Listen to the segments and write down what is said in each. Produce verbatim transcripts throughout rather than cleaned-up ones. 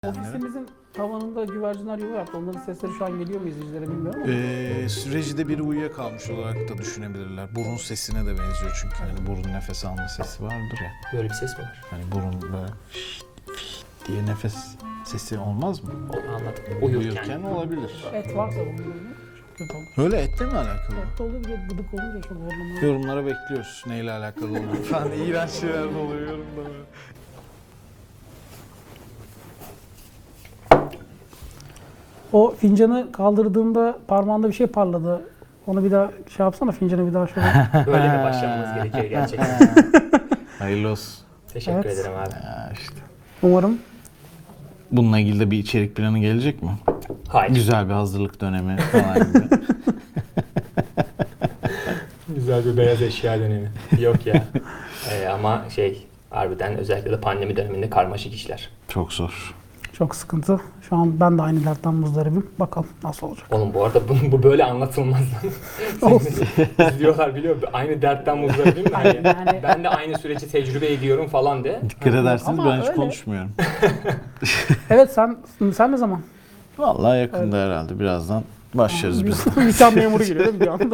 Ofisimizin tavanında güvercinler yuva yaptı. Onların sesleri şu an geliyor mu izleyicilere bilmiyorum ama. Ee, rejide biri uyuyakalmış olarak da düşünebilirler. Burun sesine de benziyor çünkü hani burun nefes alma sesi vardır ya. Böyle bir ses mi var? Hani burun böyle şşt, şşt diye nefes sesi olmaz mı? Anladım. Uyurken. Uyurken olabilir. Et varsa bunun böyle çok kötü olur. Öyle etle mi alakalı? Et de olur bir de gıdık olunca çok hormonlu. Yorumlara bekliyoruz neyle alakalı olduğunu falan. İğrenç şeyler oluyor yorumda böyle. O fincanı kaldırdığında parmağında bir şey parladı. Onu bir daha şey yapsana, fincanı bir daha şöyle. Böyle mi başlamamız gerekiyor gerçekten? Hayırlı olsun. Teşekkür Evet. ederim abi. Ya işte. Umarım. Bununla ilgili de bir içerik planı gelecek mi? Hayır. Güzel bir hazırlık dönemi falan gibi. Güzel bir beyaz eşya dönemi. Yok ya. Ee, ama şey harbiden özellikle de pandemi döneminde karmaşık işler. Çok zor. Çok sıkıntı. Şu an ben de aynı dertten muzdaribim. Bakalım nasıl olacak. Oğlum bu arada bu, bu böyle anlatılmaz. Olsun. İzliyorlar biliyor. Aynı dertten muzdaribim değil mi? Hani, Yani- ben de aynı süreci tecrübe ediyorum falan de. Dikkat ederseniz Ama ben hiç öyle. konuşmuyorum. Evet sen sen ne zaman? Vallahi yakında herhalde birazdan başlarız biz. Nişan memuru geliyor değil mi bir anda?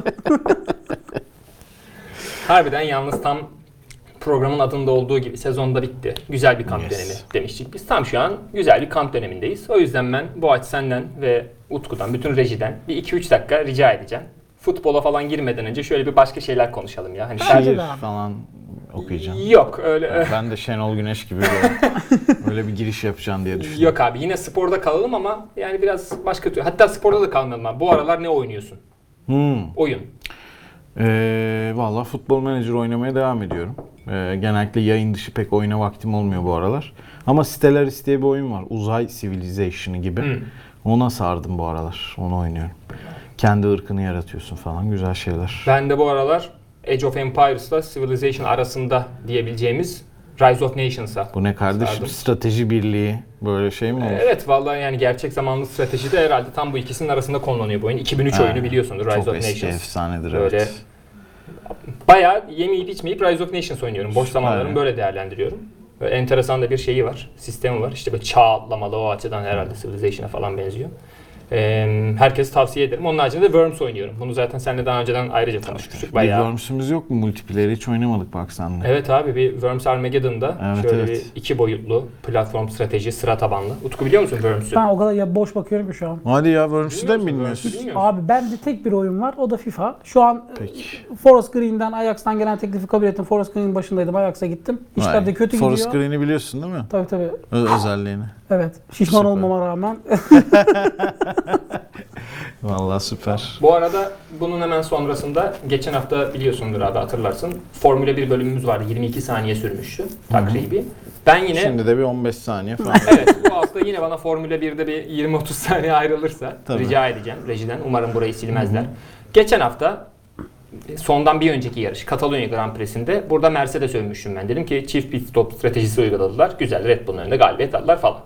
Harbiden yalnız tam programın adında olduğu gibi sezonda bitti. Güzel bir kamp Yes. dönemi demiştik. Biz tam şu an güzel bir kamp dönemindeyiz. O yüzden ben Boğaç senden ve Utku'dan, bütün rejiden bir iki üç dakika rica edeceğim. Futbola falan girmeden önce şöyle bir başka şeyler konuşalım ya. Hani Bence sadece... de. Şiir falan okuyacağım. Yok öyle. Ben de Şenol Güneş gibi böyle, böyle bir giriş yapacağım diye düşündüm. Yok abi yine sporda kalalım ama yani biraz başka türlü. Hatta sporda da kalmayalım abi. Bu aralar ne oynuyorsun? Hmm. Oyun. Ee, Valla Futbol Manager oynamaya devam ediyorum. Ee, genellikle yayın dışı pek oyuna vaktim olmuyor bu aralar. Ama Stellaris diye bir oyun var. Uzay Civilization'ı gibi. Hmm. Ona sardım bu aralar. Onu oynuyorum. Kendi ırkını yaratıyorsun falan. Güzel şeyler. Ben de bu aralar Age of Empires'la Civilization arasında diyebileceğimiz Rise of Nations'a. Bu ne kardeşim? Sardım. Strateji birliği. Böyle şey mi olur? Evet vallahi yani gerçek zamanlı strateji de herhalde tam bu ikisinin arasında konumlanıyor bu oyun. iki bin üç Ha, oyunu biliyorsunuz Rise Çok of eski Nations. efsanedir Böyle evet. bayağı yemeyip içmeyip Rise of Nations oynuyorum. Boş zamanlarımı Aynen. böyle değerlendiriyorum. Böyle enteresan da bir şeyi var, sistemi var. İşte böyle çağ atlamalı o açıdan herhalde Civilization'a falan benziyor. Ee, herkese tavsiye ederim. Onun haricinde de Worms oynuyorum. Bunu zaten seninle daha önceden ayrıca konuşmuştuk. Bir Bayağı. Worms'ümüz yok mu? Multiplayer hiç oynamadık bak senle. Evet abi bir Worms Armageddon'da Evet, şöyle evet. bir iki boyutlu platform strateji sıra tabanlı. Utku biliyor musun Worms'ü? Ben o kadar ya boş bakıyorum ki şu an. Hadi ya Worms'ü de mi Bilmiyor musun? bilmiyorsun? Worms'ü bilmiyor musun? Abi bende tek bir oyun var. O da FIFA. Şu an Peki. Forest Green'den, Ajax'tan gelen teklifi kabul ettim. Forest Green'in başındaydım. Ajax'a gittim. İşler Vay. de kötü Forest gidiyor. Green'i biliyorsun değil mi? Tabii tabii. Ö- özelliğini. Evet. Şişman Süper. olmama rağmen. Vallahi süper. Bu arada bunun hemen sonrasında geçen hafta biliyorsundur abi hatırlarsın. Formula bir bölümümüz vardı. yirmi iki saniye sürmüştü takribi. Ben yine Şimdi de bir on beş saniye falan. evet bu hafta yine bana Formula birde bir yirmi otuz saniye ayrılırsa Tabii. rica edeceğim rejiden. Umarım burayı silmezler. Geçen hafta sondan bir önceki yarış Katalonya Grand Prix'sinde burada Mercedes övmüştüm ben. Dedim ki çift pit stop stratejisi uyguladılar. Güzel Red Bull'un önünde galibiyet aldılar falan.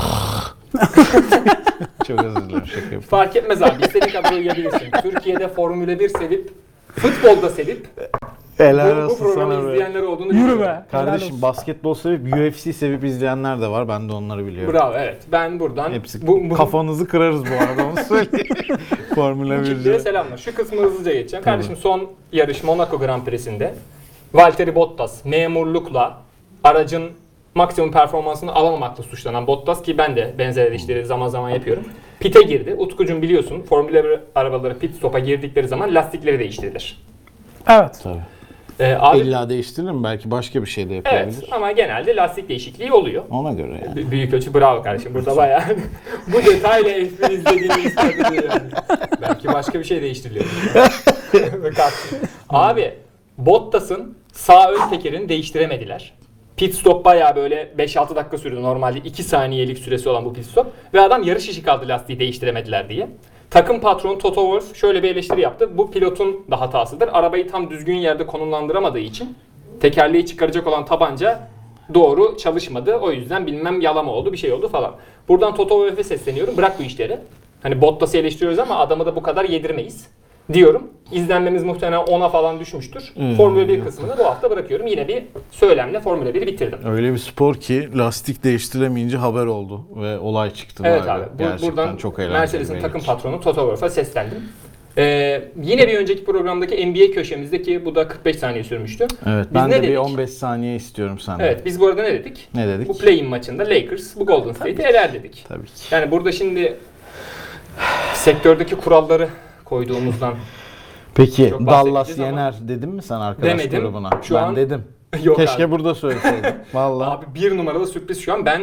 Çok özür dilerim şaka yapıyorum. Fark etmez abi. İstediğin kadar uyuyabilirsin. Türkiye'de Formula bir sevip, futbolda sevip Helal bu, bu olsun programı sana be. izleyenler olduğunu Yürü biliyorum. be. Helal Kardeşim olsun. basketbol sevip U F C sevip izleyenler de var. Ben de onları biliyorum. Bravo evet. Ben buradan Hepsi bu, bu, kafanızı kırarız bu arada onu söyleyeyim. Formula bu kitleye birde. selamlar. Şu kısmı hızlıca geçeceğim. Kardeşim son yarış Monaco Grand Prix'sinde Valtteri Bottas memurlukla aracın maksimum performansını alamamakla suçlanan Bottas ki ben de benzer işleri zaman zaman yapıyorum. Pit'e girdi. Utkucuğum biliyorsun Formula bir arabaları pit stop'a girdikleri zaman lastikleri değiştirilir. Evet. Tabii. Ee, abi, İlla değiştirir mi? Belki başka bir şey de yapabilir. evet ama genelde lastik değişikliği oluyor. Ona göre yani. B- Büyük ölçü bravo kardeşim. Burada bayağı bu detayla F bir izlediğini istedim yani. Belki başka bir şey değiştiriliyor. Abi Bottas'ın sağ ön tekerini değiştiremediler. Pit stop bayağı böyle beş altı dakika sürdü. Normalde iki saniyelik süresi olan bu pit stop. Ve adam yarış işi kaldı lastiği değiştiremediler diye. Takım patronu Toto Wolff şöyle bir eleştiri yaptı. Bu pilotun da hatasıdır. Arabayı tam düzgün yerde konumlandıramadığı için tekerleği çıkaracak olan tabanca doğru çalışmadı. O yüzden bilmem yalama oldu, bir şey oldu falan. Buradan Toto Wolff'e sesleniyorum. Bırak bu işleri. Hani Bottas'ı eleştiriyoruz ama adamı da bu kadar yedirmeyiz. diyorum. İzlenmemiz muhtemelen ona falan düşmüştür. Hmm. Formula bir kısmını bu hafta bırakıyorum. Yine bir söylemle Formula biri bitirdim. Öyle bir spor ki lastik değiştiremeyince haber oldu ve olay çıktı. Evet vay abi. be. Bu, Gerçekten buradan çok eğlenceli. Mercedes'in bir takım yarış. patronu Toto Wolff'a seslendim. Ee, yine bir önceki programdaki N B A köşemizdeki bu da kırk beş saniye sürmüştü. Evet, Biz ben ne de bir dedik? on beş saniye istiyorum senden. Evet, biz bu arada ne dedik? Ne dedik? Bu play-in maçında Lakers bu Golden State'i eler dedik. Tabii ki. Yani burada şimdi sektördeki kuralları koyduğumuzdan Peki Çok Dallas bahsedeceğiz ama- yener dedin mi sen arkadaş Demedim. grubuna? Şu ben an- dedim. yok Keşke abi. burada söyleseydin. Vallahi. Abi bir numaralı sürpriz şu an. Ben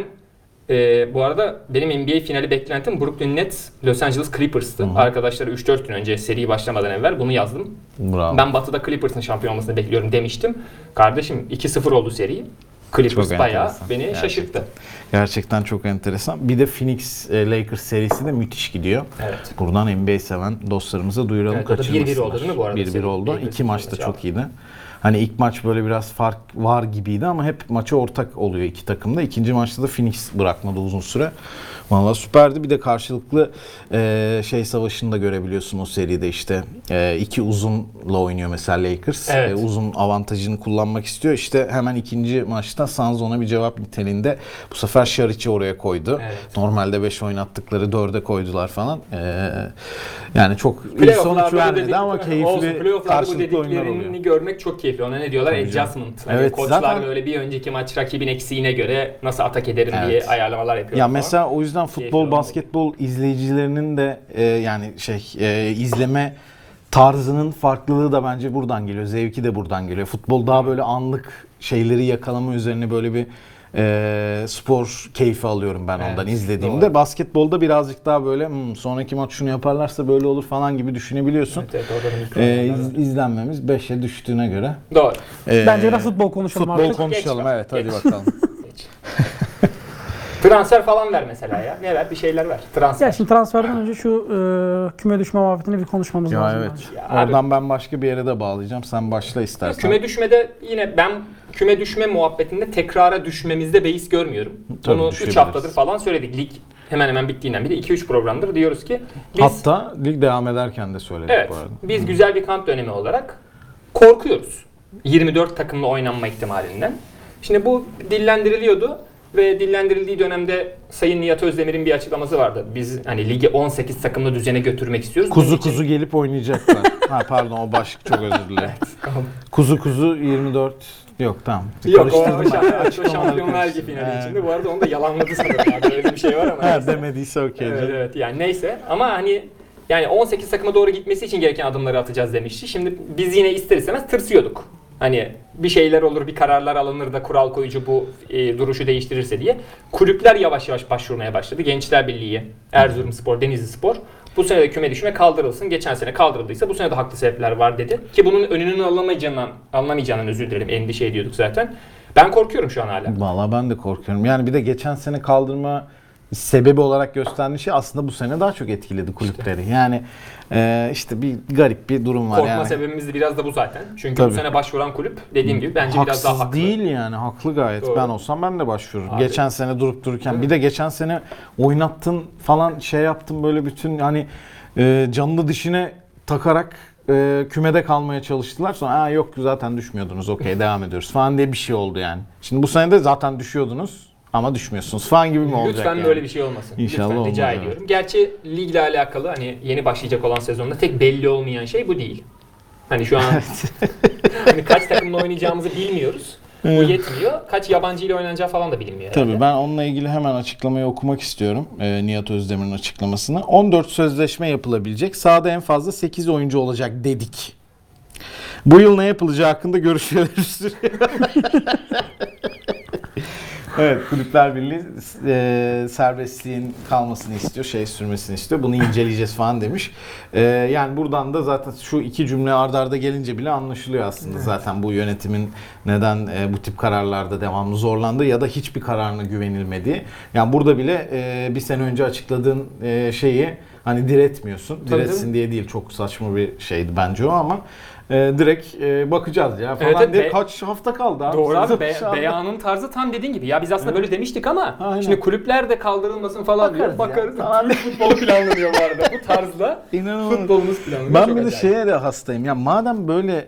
e, bu arada benim N B A finali beklentim Brooklyn Nets Los Angeles Clippers'tı. Hı hı. Arkadaşlara üç dört gün önce seri başlamadan evvel bunu yazdım. Bravo. Ben Batı'da Clippers'ın şampiyon olmasını bekliyorum demiştim. Kardeşim iki sıfır oldu seri. Clippers Çok bayağı enteresan. beni Gerçekten. şaşırttı. Gerçekten çok enteresan. Bir de Phoenix e, Lakers serisi de müthiş gidiyor. Evet. Buradan N B A seven dostlarımıza duyuralım. Evet, o da bir bir kaçırmasınlar. oldu değil mi bu arada bir bir seri? oldu. Lakers'ın İki maç da maçı çok abi. iyiydi. Hani ilk maç böyle biraz fark var gibiydi ama hep maça ortak oluyor iki takımda. İkinci maçta da Phoenix bırakmadı uzun süre. Vallahi süperdi. Bir de karşılıklı e, şey savaşını da görebiliyorsun o seride işte. E, iki uzunla oynuyor mesela Lakers. Evet. E, uzun avantajını kullanmak istiyor. İşte hemen ikinci maçta Suns ona bir cevap niteliğinde bu sefer Şariç'i oraya koydu. Evet. Normalde beş oynattıkları dörde koydular falan. E, yani çok iyi Playoff'larda sonuç bu vermedi dedik- ama Olsun, keyifli playoff'larda bu karşılıklı oyunlar oluyor. dediklerini görmek çok keyifli. Ona ne diyorlar? Tabii canım. Adjustment. Hani Evet, koçlar zaten- böyle bir önceki maç rakibin eksiğine göre nasıl atak ederim Evet. diye ayarlamalar yapıyorlar. Ya falan. mesela o yüzden Keyifli futbol, olmalı. basketbol izleyicilerinin de e, yani şey e, izleme tarzının farklılığı da bence buradan geliyor. Zevki de buradan geliyor. Futbol daha böyle anlık şeyleri yakalama üzerine böyle bir e, spor keyfi alıyorum ben Evet, ondan izlediğimde. doğru. Basketbolda birazcık daha böyle "Hmm, sonraki maç şunu yaparlarsa böyle olur falan gibi düşünebiliyorsun. Evet, evet, orada da mikro E, ayarlar iz- var. izlenmemiz beşe düştüğüne göre. Doğru. e, Bence biraz futbol konuşalım futbol artık. konuşalım. Geç. Evet hadi Geç. bakalım. Geç. Transfer falan ver mesela ya. Ne ver? Bir şeyler ver. Transfer. Ya şimdi transferden önce şu e, küme düşme muhabbetini bir konuşmamız Ya lazım. evet. bence. Ya abi- Oradan ben başka bir yere de bağlayacağım. Sen başla istersen. Küme düşmede yine ben küme düşme muhabbetinde tekrara düşmemizde beis görmüyorum. Tabii, Bunu üç düşebiliriz. haftadır falan söyledik. Lig hemen hemen bittiğinden beri iki üç programdır diyoruz ki biz Hatta lig devam ederken de söyledik evet bu arada. biz güzel bir kamp dönemi olarak korkuyoruz. yirmi dört takımla oynanma ihtimalinden. Şimdi bu dillendiriliyordu ve dillendirildiği dönemde Sayın Nihat Özdemir'in bir açıklaması vardı. Biz hani ligi on sekiz takımlı düzene götürmek istiyoruz. Kuzu Bunun için- kuzu gelip oynayacaklar. ha pardon o başlık çok özür dilerim. Kuzu kuzu yirmi dört yok tamam. Yok o, Karıştırdım o, ben. şampiyon- o Açıklamaları Şampiyonlar Ligi karıştırdım. finali He. içinde. Bu arada onu da yalanladı sanırım. Abi. Öyle bir şey var ama. Ha, neyse. demediyse okey. Evet, canım. evet yani neyse ama hani yani on sekiz takıma doğru gitmesi için gereken adımları atacağız demişti. Şimdi biz yine ister istemez tırsıyorduk. Hani bir şeyler olur, bir kararlar alınır da kural koyucu bu e, duruşu değiştirirse diye. Kulüpler yavaş yavaş başvurmaya başladı. Gençler Birliği, Erzurumspor, Denizlispor. Bu sene de küme düşme kaldırılsın. Geçen sene kaldırıldıysa bu sene de haklı sebepler var dedi. Ki bunun önünün alınamayacağından, alınamayacağından özür dilerim. Endişe ediyorduk zaten. Ben korkuyorum şu an hala. Vallahi ben de korkuyorum. Yani bir de geçen sene kaldırma sebebi olarak gösterdiği şey aslında bu sene daha çok etkiledi kulüpleri. Yani e, işte bir garip bir durum var Korkma yani. sebebimiz de biraz da bu zaten. Çünkü Tabii. bu sene başvuran kulüp dediğim gibi bence Haksız biraz daha haklı. değil yani haklı gayet. Doğru. Ben olsam ben de başvururum. Abi. Geçen sene durup dururken Değil bir de geçen sene oynattın falan şey yaptın böyle bütün hani e, canlı dişine takarak e, kümede kalmaya çalıştılar. Sonra ha yok zaten düşmüyordunuz okey devam ediyoruz falan diye bir şey oldu yani. Şimdi bu sene de zaten düşüyordunuz ama düşmüyorsunuz falan gibi mi olacak Lütfen yani? böyle bir şey olmasın. İnşallah Lütfen rica olmaz, ediyorum. Gerçi ligle alakalı hani yeni başlayacak olan sezonda tek belli olmayan şey bu değil. Hani şu an hani kaç takımla oynayacağımızı bilmiyoruz. Bu yetmiyor. Kaç yabancı ile oynanacağı falan da bilinmiyor. herhalde. Tabii ben onunla ilgili hemen açıklamayı okumak istiyorum. Ee, Nihat Özdemir'in açıklamasını. on dört sözleşme yapılabilecek. Sahada en fazla sekiz oyuncu olacak dedik. Bu yıl ne yapılacağı hakkında görüşmeler sürüyor. Evet, Kulüpler Birliği e, serbestliğin kalmasını istiyor, şey sürmesini istiyor. Bunu inceleyeceğiz falan demiş. E, yani buradan da zaten şu iki cümle arda arda gelince bile anlaşılıyor aslında zaten bu yönetimin neden e, bu tip kararlarda devamlı zorlandığı ya da hiçbir kararına güvenilmediği. Yani burada bile e, bir sene önce açıkladığın e, şeyi hani diretmiyorsun. Tabii Diretsin diye değil, çok saçma bir şeydi bence o ama e, direkt e, bakacağız ya falan Evet, evet, diye be- kaç hafta kaldı abi. Doğru abi. Sezon Be- şu anda. beyanın tarzı tam dediğin gibi. Ya biz aslında böyle demiştik ama Aynen. şimdi kulüpler de kaldırılmasın falan Bakarız diyor. ya. Bakarız. Tamam. Türk futbolu planlanıyor bu arada. Bu tarzda İnanılmaz. futbolumuz planlanıyor. Ben Çok bir de acayip. şeye de hastayım. Ya madem böyle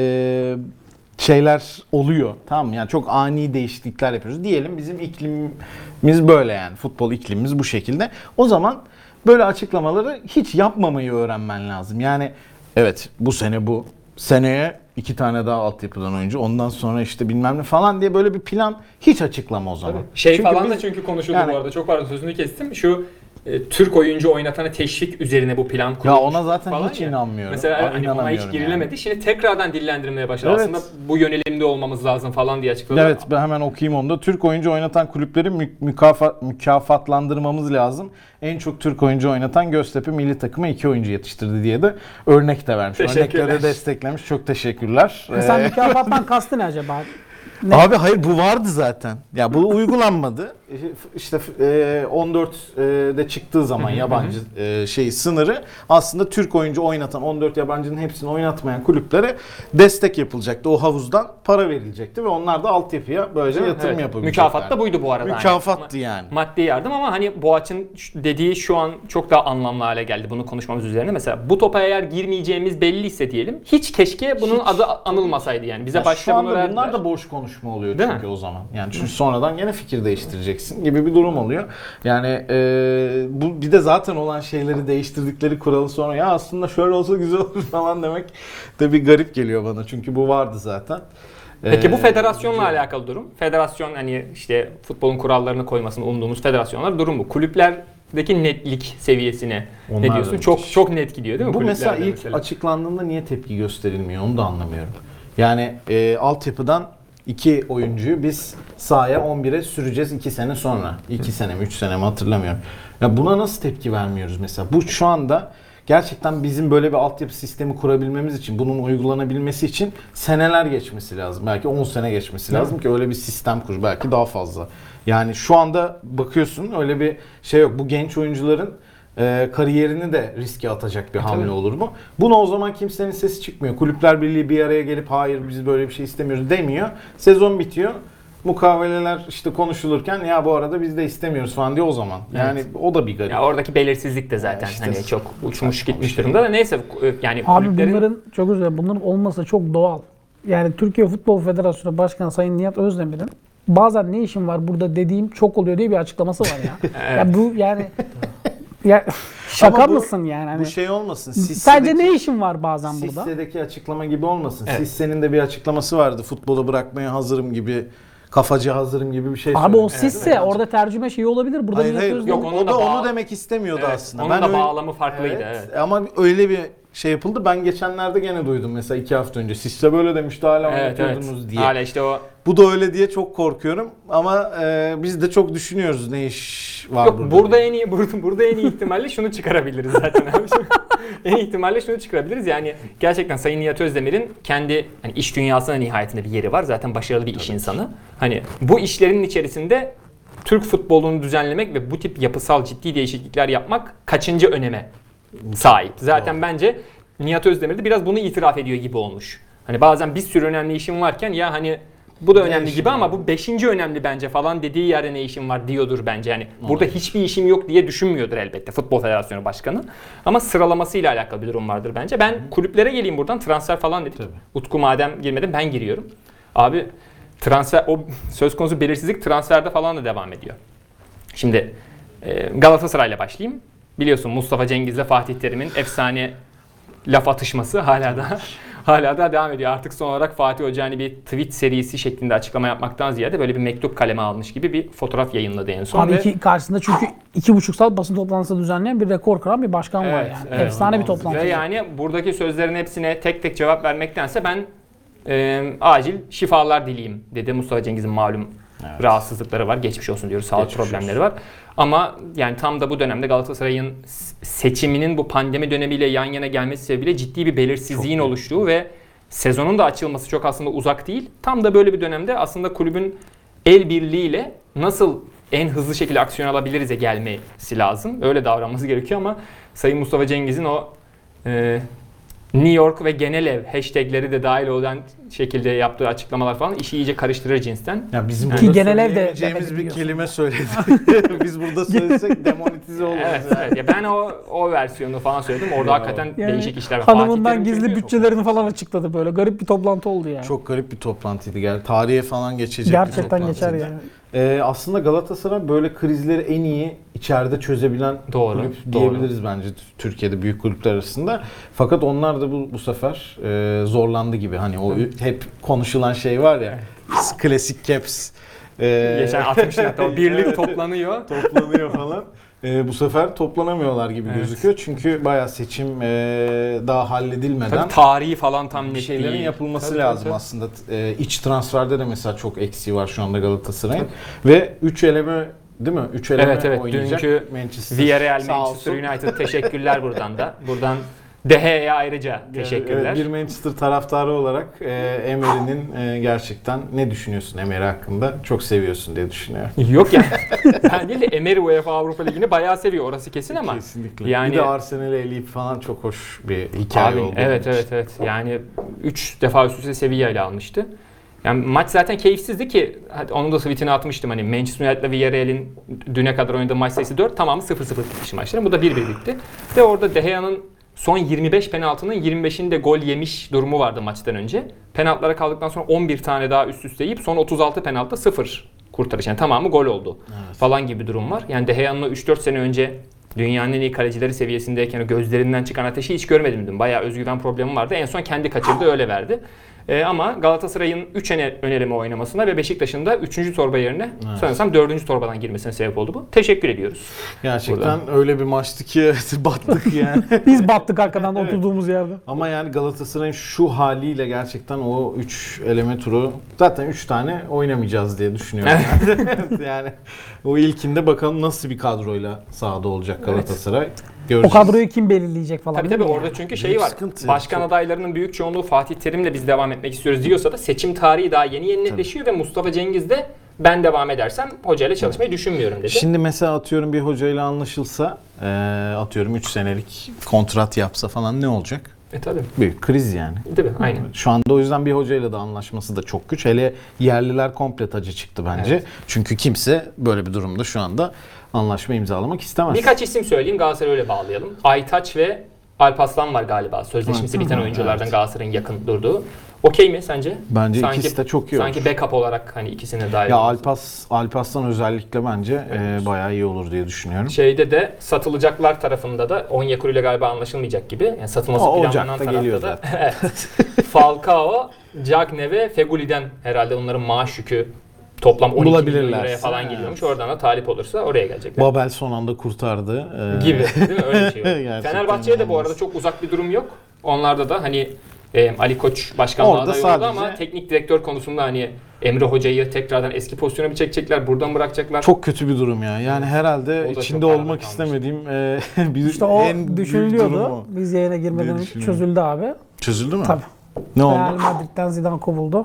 e, şeyler oluyor, tamam mı? Yani çok ani değişiklikler yapıyoruz. Diyelim bizim iklimimiz böyle, yani futbol iklimimiz bu şekilde. O zaman böyle açıklamaları hiç yapmamayı öğrenmen lazım. Yani evet, bu sene bu. Seneye iki tane daha altyapıdan oyuncu. Ondan sonra işte bilmem ne falan diye böyle bir plan hiç açıklama o zaman. Tabii. Şey Çünkü falan biz- da çünkü konuşuldu yani- bu arada. Çok pardon sözünü kestim. Şu e, Türk oyuncu oynatana teşvik üzerine bu plan kurulmuş. Ya ona zaten falan hiç ya. inanmıyorum. Mesela Aa, hani ona hiç inanamıyorum girilemedi. yani. Şimdi tekrardan dillendirmeye başladı. Evet. Aslında bu yönelimde olmamız lazım falan diye açıkladı. Evet, ben hemen okuyayım onu da. Türk oyuncu oynatan kulüpleri mü- mükafat, mükafatlandırmamız lazım. En çok Türk oyuncu oynatan Göztepe milli takıma iki oyuncu yetiştirdi diye de örnek de vermiş. Teşekkürler. Örnekleri desteklemiş. Çok teşekkürler. Mesela Ee, mükafattan kastı ne acaba? Ne? Abi hayır, bu vardı zaten. Ya bu uygulanmadı. İşte e, on dörtte çıktığı zaman yabancı e, şey sınırı, aslında Türk oyuncu oynatan on dört yabancının hepsini oynatmayan kulüplere destek yapılacaktı. O havuzdan para verilecekti ve onlar da altyapıya böylece yatırım Evet. yapabilecekler. Mükafat da buydu bu arada. Mükafattı Yani. yani. Maddi yardım ama hani Boğaç'ın dediği şu an çok daha anlamlı hale geldi bunu konuşmamız üzerine. Mesela bu topa eğer girmeyeceğimiz belliyse diyelim, hiç keşke bunun Hiç. adı anılmasaydı yani. Bize Ya başta şu anda bunu verdiler. bunlar da boş konuşma oluyor Değil çünkü mi? o zaman. Yani çünkü sonradan gene fikir değiştireceksin gibi bir durum oluyor. Yani e, bu bir de zaten olan şeyleri değiştirdikleri kuralı sonra ya aslında şöyle olsa güzel olur falan demek de bir garip geliyor bana. Çünkü bu vardı zaten. Peki bu Ee, federasyonla alakalı durum. Federasyon hani işte futbolun kurallarını koymasını umduğumuz federasyonlar durum bu. Kulüplerdeki netlik seviyesine Onlar ne da diyorsun? müthiş. Çok çok net gidiyor değil mi? Bu mesela kulüplerde ilk açıklandığında niye tepki gösterilmiyor onu da anlamıyorum. Yani e, altyapıdan iki oyuncuyu biz sahaya on bire süreceğiz iki sene sonra. iki sene mi üç sene mi hatırlamıyorum. Ya buna nasıl tepki vermiyoruz mesela? Bu şu anda gerçekten bizim böyle bir altyapı sistemi kurabilmemiz için, bunun uygulanabilmesi için seneler geçmesi lazım. Belki on sene geçmesi lazım ki öyle bir sistem kur. Belki daha fazla. Yani şu anda bakıyorsun öyle bir şey yok. Bu genç oyuncuların e, kariyerini de riske atacak bir hamle olur mu? Buna o zaman kimsenin sesi çıkmıyor. Kulüpler Birliği bir araya gelip hayır biz böyle bir şey istemiyoruz demiyor. Sezon bitiyor. Mukaveleler işte konuşulurken ya bu arada biz de istemiyoruz falan diyor o zaman. Yani Evet. o da bir garip. Ya oradaki belirsizlik de zaten Ya işte hani çok uçmuş saçma gitmiş bir şey. durumda da neyse yani Abi kulüplerin bunların çok özür dilerim, bunların olması çok doğal. Yani Türkiye Futbol Federasyonu Başkanı Sayın Nihat Özdemir'in bazen ne işim var burada dediğim çok oluyor diye bir açıklaması var ya. Evet. Ya bu yani ya şaka Ama bu- mısın yani? Hani, Bu şey olmasın. sadece Sisse'deki- ne işin var bazen burada? Sisse'deki açıklama gibi olmasın. Evet. Sisse'nin de bir açıklaması vardı. Futbolu bırakmaya hazırım gibi, kafacı hazırım gibi bir şey Abi o söyledi. Sisse orada tercüme şeyi olabilir. Burada Hayır Nihat hayır. Özdemir- Yok, Yok, onun o da da onu bağ- demek istemiyordu Evet, aslında. onun Ben da öyle- bağlamı farklıydı, evet. Ama öyle bir şey yapıldı. Ben geçenlerde gene duydum mesela iki hafta önce. Sisse böyle demişti hala Evet, evet. oynatıyordunuz diye. Hala işte o Bu da öyle diye çok korkuyorum ama e, biz de çok düşünüyoruz ne iş var Yok, burada. burada diye. en iyi burada, burada en iyi ihtimalle şunu çıkarabiliriz zaten abi. En iyi ihtimalle şunu çıkarabiliriz. Yani gerçekten Sayın Nihat Özdemir'in kendi hani iş dünyasına nihayetinde bir yeri var. Zaten başarılı bir iş insanı. Hani bu işlerin içerisinde Türk futbolunu düzenlemek ve bu tip yapısal ciddi değişiklikler yapmak kaçıncı öneme sahip. Zaten Doğru. bence Nihat Özdemir de biraz bunu itiraf ediyor gibi olmuş. Hani bazen bir sürü önemli işim varken ya hani bu da Ne önemli işin gibi var? ama bu beşinci önemli bence falan dediği yerde ne işim var diyordur bence. Yani burada hiçbir işim yok diye düşünmüyordur elbette Futbol Federasyonu Başkanı. Ama sıralamasıyla alakalı bir durum vardır bence. Ben kulüplere geleyim buradan, transfer falan dedik. Tabii. Utku madem girmedi ben giriyorum. Abi transfer o söz konusu belirsizlik transferde falan da devam ediyor. Şimdi e, Galatasaray'la başlayayım. Biliyorsun Mustafa Cengiz'le Fatih Terim'in efsane laf atışması hala da hala da devam ediyor. Artık son olarak Fatih Hoca hani bir tweet serisi şeklinde açıklama yapmaktan ziyade böyle bir mektup kaleme almış gibi bir fotoğraf yayınladı en son. Abi ve- iki, karşısında çünkü iki buçuk saat basın toplantısı düzenleyen bir rekor kıran bir başkan var Evet, yani. evet. Efsane bir toplantı. Ve yani buradaki sözlerin hepsine tek tek cevap vermektense ben e, acil şifalar dileyim dedi. Mustafa Cengiz'in malum Evet. rahatsızlıkları var. Geçmiş olsun diyoruz. Sağlık Geçmiş problemleri var. Ama yani tam da bu dönemde Galatasaray'ın seçiminin bu pandemi dönemiyle yan yana gelmesi sebebiyle ciddi bir belirsizliğin Çok oluştuğu ve sezonun da açılması çok aslında uzak değil. Tam da böyle bir dönemde aslında kulübün el birliğiyle nasıl en hızlı şekilde aksiyon alabiliriz'e gelmesi lazım. Öyle davranması gerekiyor ama Sayın Mustafa Cengiz'in o e, New York ve genel ev hashtagleri de dahil olan şekilde yaptığı açıklamalar falan işi iyice karıştırır cinsten. Ya bizim Ki burada genel ev de söyleyemeyeceğimiz demedi bir biliyorsun. kelime söyledi. Biz burada söylesek demonetize oluruz. Evet, yani. evet. Ya ben o o versiyonu falan söyledim. Orada Ya. hakikaten Yani değişik işler var. hanımından Fatih Terim gizli çünkü- bütçelerini falan açıkladı böyle. Garip bir toplantı oldu yani. Çok garip bir toplantıydı. Gel tarihe falan geçecek bir Gerçekten geçer toplantıydı. yani. Ee, aslında Galatasaray böyle krizleri en iyi içeride çözebilen Doğru, kulüp doğru. diyebiliriz bence Türkiye'de büyük kulüpler arasında. Fakat onlar da bu, bu sefer e, zorlandı gibi. Hani o hep konuşulan şey var ya. Klasik caps. Ee, Geçen altmışlarda o birlik Evet, toplanıyor. toplanıyor falan. Ee, bu sefer toplanamıyorlar gibi Evet. gözüküyor. Çünkü bayağı seçim e, daha halledilmeden Tabii tarihi falan tam bir net şeylerin değil. yapılması Tabii, lazım tabii. aslında. Ee, iç transferde de mesela çok eksiği var şu anda Galatasaray'ın. Ve üç eleme değil mi? üç eleme Evet, evet. oynayacak Dünkü Manchester. Villarreal, Sağ Manchester olsun. United teşekkürler buradan da. Buradan De Gea'ya ayrıca teşekkürler. Evet, bir Manchester taraftarı olarak e, Emery'nin e, gerçekten ne düşünüyorsun Emery hakkında? Çok seviyorsun diye düşünüyorum. Yok yani. Ben değil de Emery UEFA Avrupa Ligi'ni bayağı seviyor. Orası kesin ama. Kesinlikle. Yani- Bir de Arsenal'i eleyip falan çok hoş bir hikaye Abi, oldu. evet onun evet için. evet. Yani üç defa üst üste Sevilla ile almıştı. Yani maç zaten keyifsizdi ki hadi onu da tweetine atmıştım hani Manchester United ile Villarreal'in düne kadar oynadığı maç sayısı dört, tamamı sıfır sıfır bitmiş maçların. Bu da bir bir bitti. Ve orada De Gea'nın son yirmi beş penaltının yirmi beşinde gol yemiş durumu vardı maçtan önce. Penaltılara kaldıktan sonra on bir tane daha üst üste yiyip son otuz altı penaltıda sıfır kurtarış. Yani tamamı gol oldu Evet. falan gibi bir durum var. Yani De Gea'nın o üç dört sene önce dünyanın en iyi kalecileri seviyesindeyken o gözlerinden çıkan ateşi hiç görmedim dedim. Bayağı özgüven problemi vardı. En son kendi kaçırdı, öyle verdi. Ee, ama Galatasaray'ın üç ön eleme oynamasına ve Beşiktaş'ın da üçüncü torba yerine Evet. sanırsam dördüncü torbadan girmesine sebep oldu bu. Teşekkür ediyoruz. Gerçekten öyle bir maçtı ki evet, battık yani. Biz battık arkadan oturduğumuz yerde. Ama yani Galatasaray'ın şu haliyle gerçekten o üç eleme turu zaten üç tane oynamayacağız diye düşünüyorum. Yani. yani o ilkinde bakalım nasıl bir kadroyla sahada olacak Galatasaray. O Göreceğiz. kadroyu kim belirleyecek falan. Tabii değil tabii mi orada yani? çünkü şey Büyük var. sıkıntı. Başkan Çok- adaylarının büyük çoğunluğu Fatih Terim'le biz devam etmek istiyoruz diyorsa da seçim tarihi daha yeni yeni netleşiyor ve Mustafa Cengiz de ben devam edersem hocayla çalışmayı düşünmüyorum dedi. Şimdi mesela atıyorum bir hocayla anlaşılsa, eee, atıyorum üç senelik kontrat yapsa falan ne olacak? E tabii. Büyük kriz yani. Değil mi? Aynen. Şu anda o yüzden bir hocayla da anlaşması da çok güç. Hele yerliler komple tacı çıktı bence. Evet. Çünkü kimse böyle bir durumda şu anda anlaşma imzalamak istemez. Birkaç isim söyleyeyim, Galatasaray'a öyle bağlayalım. Aytaç ve Alparslan var galiba. Sözleşmesi Evet. biten Hı, oyunculardan evet. Galatasaray'ın yakın durduğu. Okey mi sence? Bence sanki, ikisi de çok iyi olur. Sanki backup olarak hani ikisine dair. Ya Alpas, Alparslan özellikle bence Evet. e, bayağı iyi olur diye düşünüyorum. Şeyde de satılacaklar tarafında da Onyekuru ile galiba anlaşılmayacak gibi. Yani satılması O planlanan Ocak'ta tarafta geliyor da evet. Falcao, Cagne ve Feguli'den herhalde onların maaş yükü toplam on iki milyon Bulabilirlerse, liraya falan evet. geliyormuş. Oradan da talip olursa oraya gelecekler. Babel son anda kurtardı. e, Gibi değil mi? Öyle bir şey var. Gerçekten Fenerbahçe'ye de bu inanılmaz. arada çok uzak bir durum yok. Onlarda da hani e, Ali Koç başkanlığa Orada aday oldu sadece- ama teknik direktör konusunda hani Emre Hoca'yı tekrardan eski pozisyona bir çekecekler, buradan bırakacaklar. Çok kötü bir durum ya. Yani herhalde O da içinde çok arada olmak kalmış. istemediğim e, bir İşte o en büyük durum düşünülüyordu. o. Biz yayına girmeden Diye önce düşünüyorum. çözüldü abi. Çözüldü mü? Tabii. Ne Real oldu? Madrid'den Zidane kovuldu.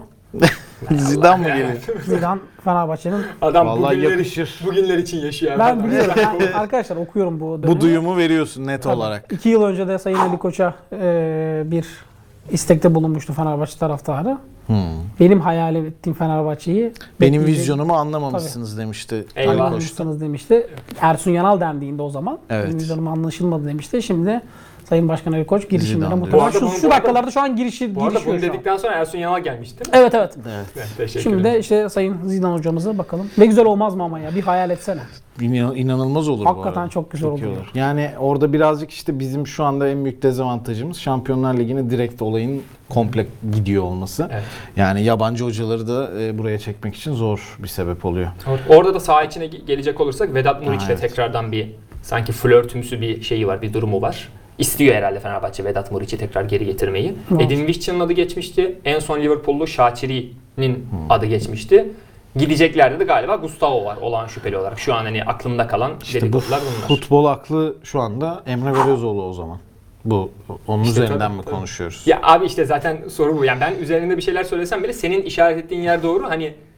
Zidane mı geliyor? Zidane Fenerbahçe'nin. Adam Vallahi bugünler, yakışır. bugünler için yaşıyor. Ben biliyorum. Ben- arkadaşlar okuyorum bu dönemi. Bu duyumu veriyorsun net Tabii. olarak. İki yıl önce de Sayın Ali Koç'a e, bir istekte bulunmuştu Fenerbahçe taraftarı. Hmm. Benim hayal ettiğim Fenerbahçe'yi Benim bekleyecek- vizyonumu anlamamışsınız demişti. Eyvah. Ali Koç'ta. anlamışsınız demişti. Ersun Yanal dendiğinde o zaman. Evet. Benim vizyonum anlaşılmadı demişti. Şimdi Sayın Başkan Ali Koç girişimlere Zidane muhtemelen diyor. Bu şu, arada bunu- şu bu arada- dakikalarda şu an girişi, Bu arada girişiyor bunu şu an. dedikten sonra Ersun Yanal gelmişti. Evet evet. Evet. Evet, teşekkür Şimdi ederim. de işte Sayın Zidane hocamıza bakalım. Ne güzel olmaz mı ama ya? Bir hayal etsene. İnan- İnanılmaz olur bu Hakikaten arada. çok güzel iyi olur. Yani orada birazcık işte bizim şu anda en büyük dezavantajımız Şampiyonlar Ligi'ne direkt olayın komple gidiyor olması. Evet. Yani yabancı hocaları da e, buraya çekmek için zor bir sebep oluyor. Orada da saha içine ge- gelecek olursak Vedat Muriç'le Ha, evet. tekrardan bir sanki flörtümsü bir şeyi var, bir durumu var. İstiyor herhalde Fenerbahçe Vedat Muriç'i tekrar geri getirmeyi. Evet. Edin Visca'nın adı geçmişti. En son Liverpool'lu Şaçiri'nin Hmm. adı geçmişti. Gideceklerde de galiba Gustavo var olağan şüpheli olarak. Şu an hani aklımda kalan İşte bu dedikodular bunlar. futbol aklı şu anda Emre Belözoğlu o zaman. Bu onun İşte üzerinden tabii, mi tabii. konuşuyoruz? Ya abi işte zaten soru bu. Yani ben üzerinde bir şeyler söylesem bile senin işaret ettiğin yer doğru. Hani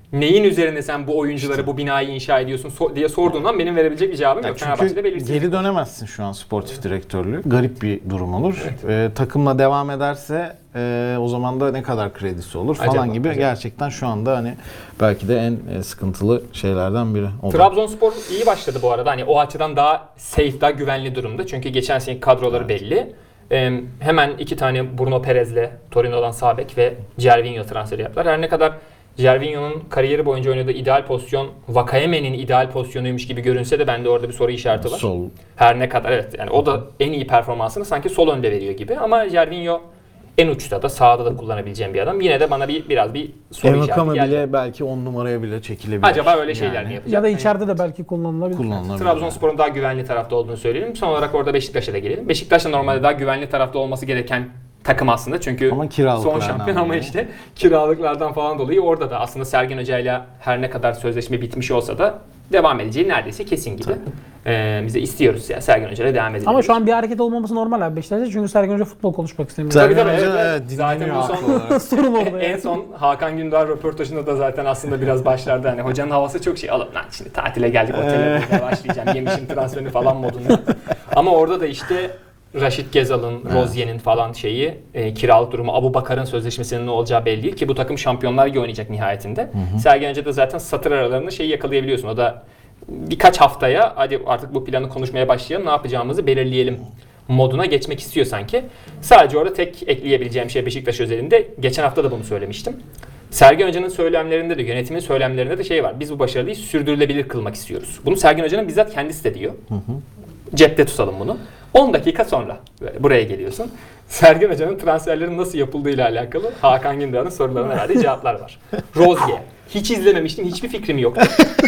neyin üzerine sen bu oyuncuları, bu binayı inşa ediyorsun so- diye sorduğundan benim verebilecek bir cevabım yok. Fenerbahçe'de Çünkü belirsiz. geri dönemezsin şu an sportif direktörlüğü. Garip bir durum olur. Ee, takımla devam ederse e, o zaman da ne kadar kredisi olur falan Acaba, gibi. acaba. Gerçekten şu anda hani belki de en e, sıkıntılı şeylerden biri. O da. Trabzonspor iyi başladı bu arada. Hani o açıdan daha safe, daha güvenli durumda. Çünkü geçen seneki kadroları belli. Ee, hemen iki tane Bruno Perez'le Torino'dan sağ bek ve Gervinho transferi yaptılar. Her ne kadar Gervinho'nun kariyeri boyunca oynadığı ideal pozisyon Vakayeme'nin ideal pozisyonuymuş gibi görünse de bende orada bir soru işareti var. Sol. Her ne kadar evet yani o da en iyi performansını sanki sol önde veriyor gibi ama Gervinho en uçta da sağda da kullanabileceğim bir adam. Yine de bana bir biraz bir soru işareti Envakame geldi. bile belki on numaraya bile çekilebilir. Acaba öyle şeyler Yani mi yapacak? Ya da Hani içeride de belki kullanılabilir. kullanılabilir. Trabzonspor'un daha güvenli tarafta olduğunu söyleyelim. Son olarak orada Beşiktaş'a da gelelim. Beşiktaş da normalde daha güvenli tarafta olması gereken takım aslında. Çünkü Ama kiralıklardan son şampiyon ama dolayı. işte kiralıklardan falan dolayı orada da aslında Sergen Hoca'yla her ne kadar sözleşme bitmiş olsa da devam edeceği neredeyse kesin gibi. Ee, biz de istiyoruz ya Sergen Hoca'yla devam edelim. Ama şu an bir hareket olmaması normal abi Beşiktaş'ta çünkü Sergen Hoca futbol konuşmak istemiyor. Sergen Tabii, tabii, Hoca evet, evet, evet. Zaten dinleniyor bu son- haklı olarak. Sorun orada en yani. son Hakan Gündar röportajında da zaten aslında biraz başlardı. Hani hocanın havası çok şey alıp lan şimdi tatile geldik otele bulmaya başlayacağım yemişim transferini falan modunda. Ama orada da işte Raşit Gezal'ın, Rozier'in falan şeyi e, kiralık durumu, Abu Bakar'ın sözleşmesinin ne olacağı belli değil ki bu takım Şampiyonlar Ligi oynayacak nihayetinde. Hı hı. Sergen Hoca da zaten satır aralarında şeyi yakalayabiliyorsun. O da birkaç haftaya hadi artık bu planı konuşmaya başlayalım, ne yapacağımızı belirleyelim moduna geçmek istiyor sanki. Sadece orada tek ekleyebileceğim şey Beşiktaş özelinde, geçen hafta da bunu söylemiştim. Sergen Hoca'nın söylemlerinde de, yönetimin söylemlerinde de şey var. Biz bu başarıyı sürdürülebilir kılmak istiyoruz. Bunu Sergen Hoca'nın bizzat kendisi de diyor. Hı hı. Cepte tutalım bunu. on dakika sonra böyle buraya geliyorsun. Sergen Hoca'nın transferlerin nasıl yapıldığıyla alakalı Hakan Gündoğan'ın sorularına verdiği cevaplar var. Rozier. Hiç izlememiştim. Hiçbir fikrim yoktu.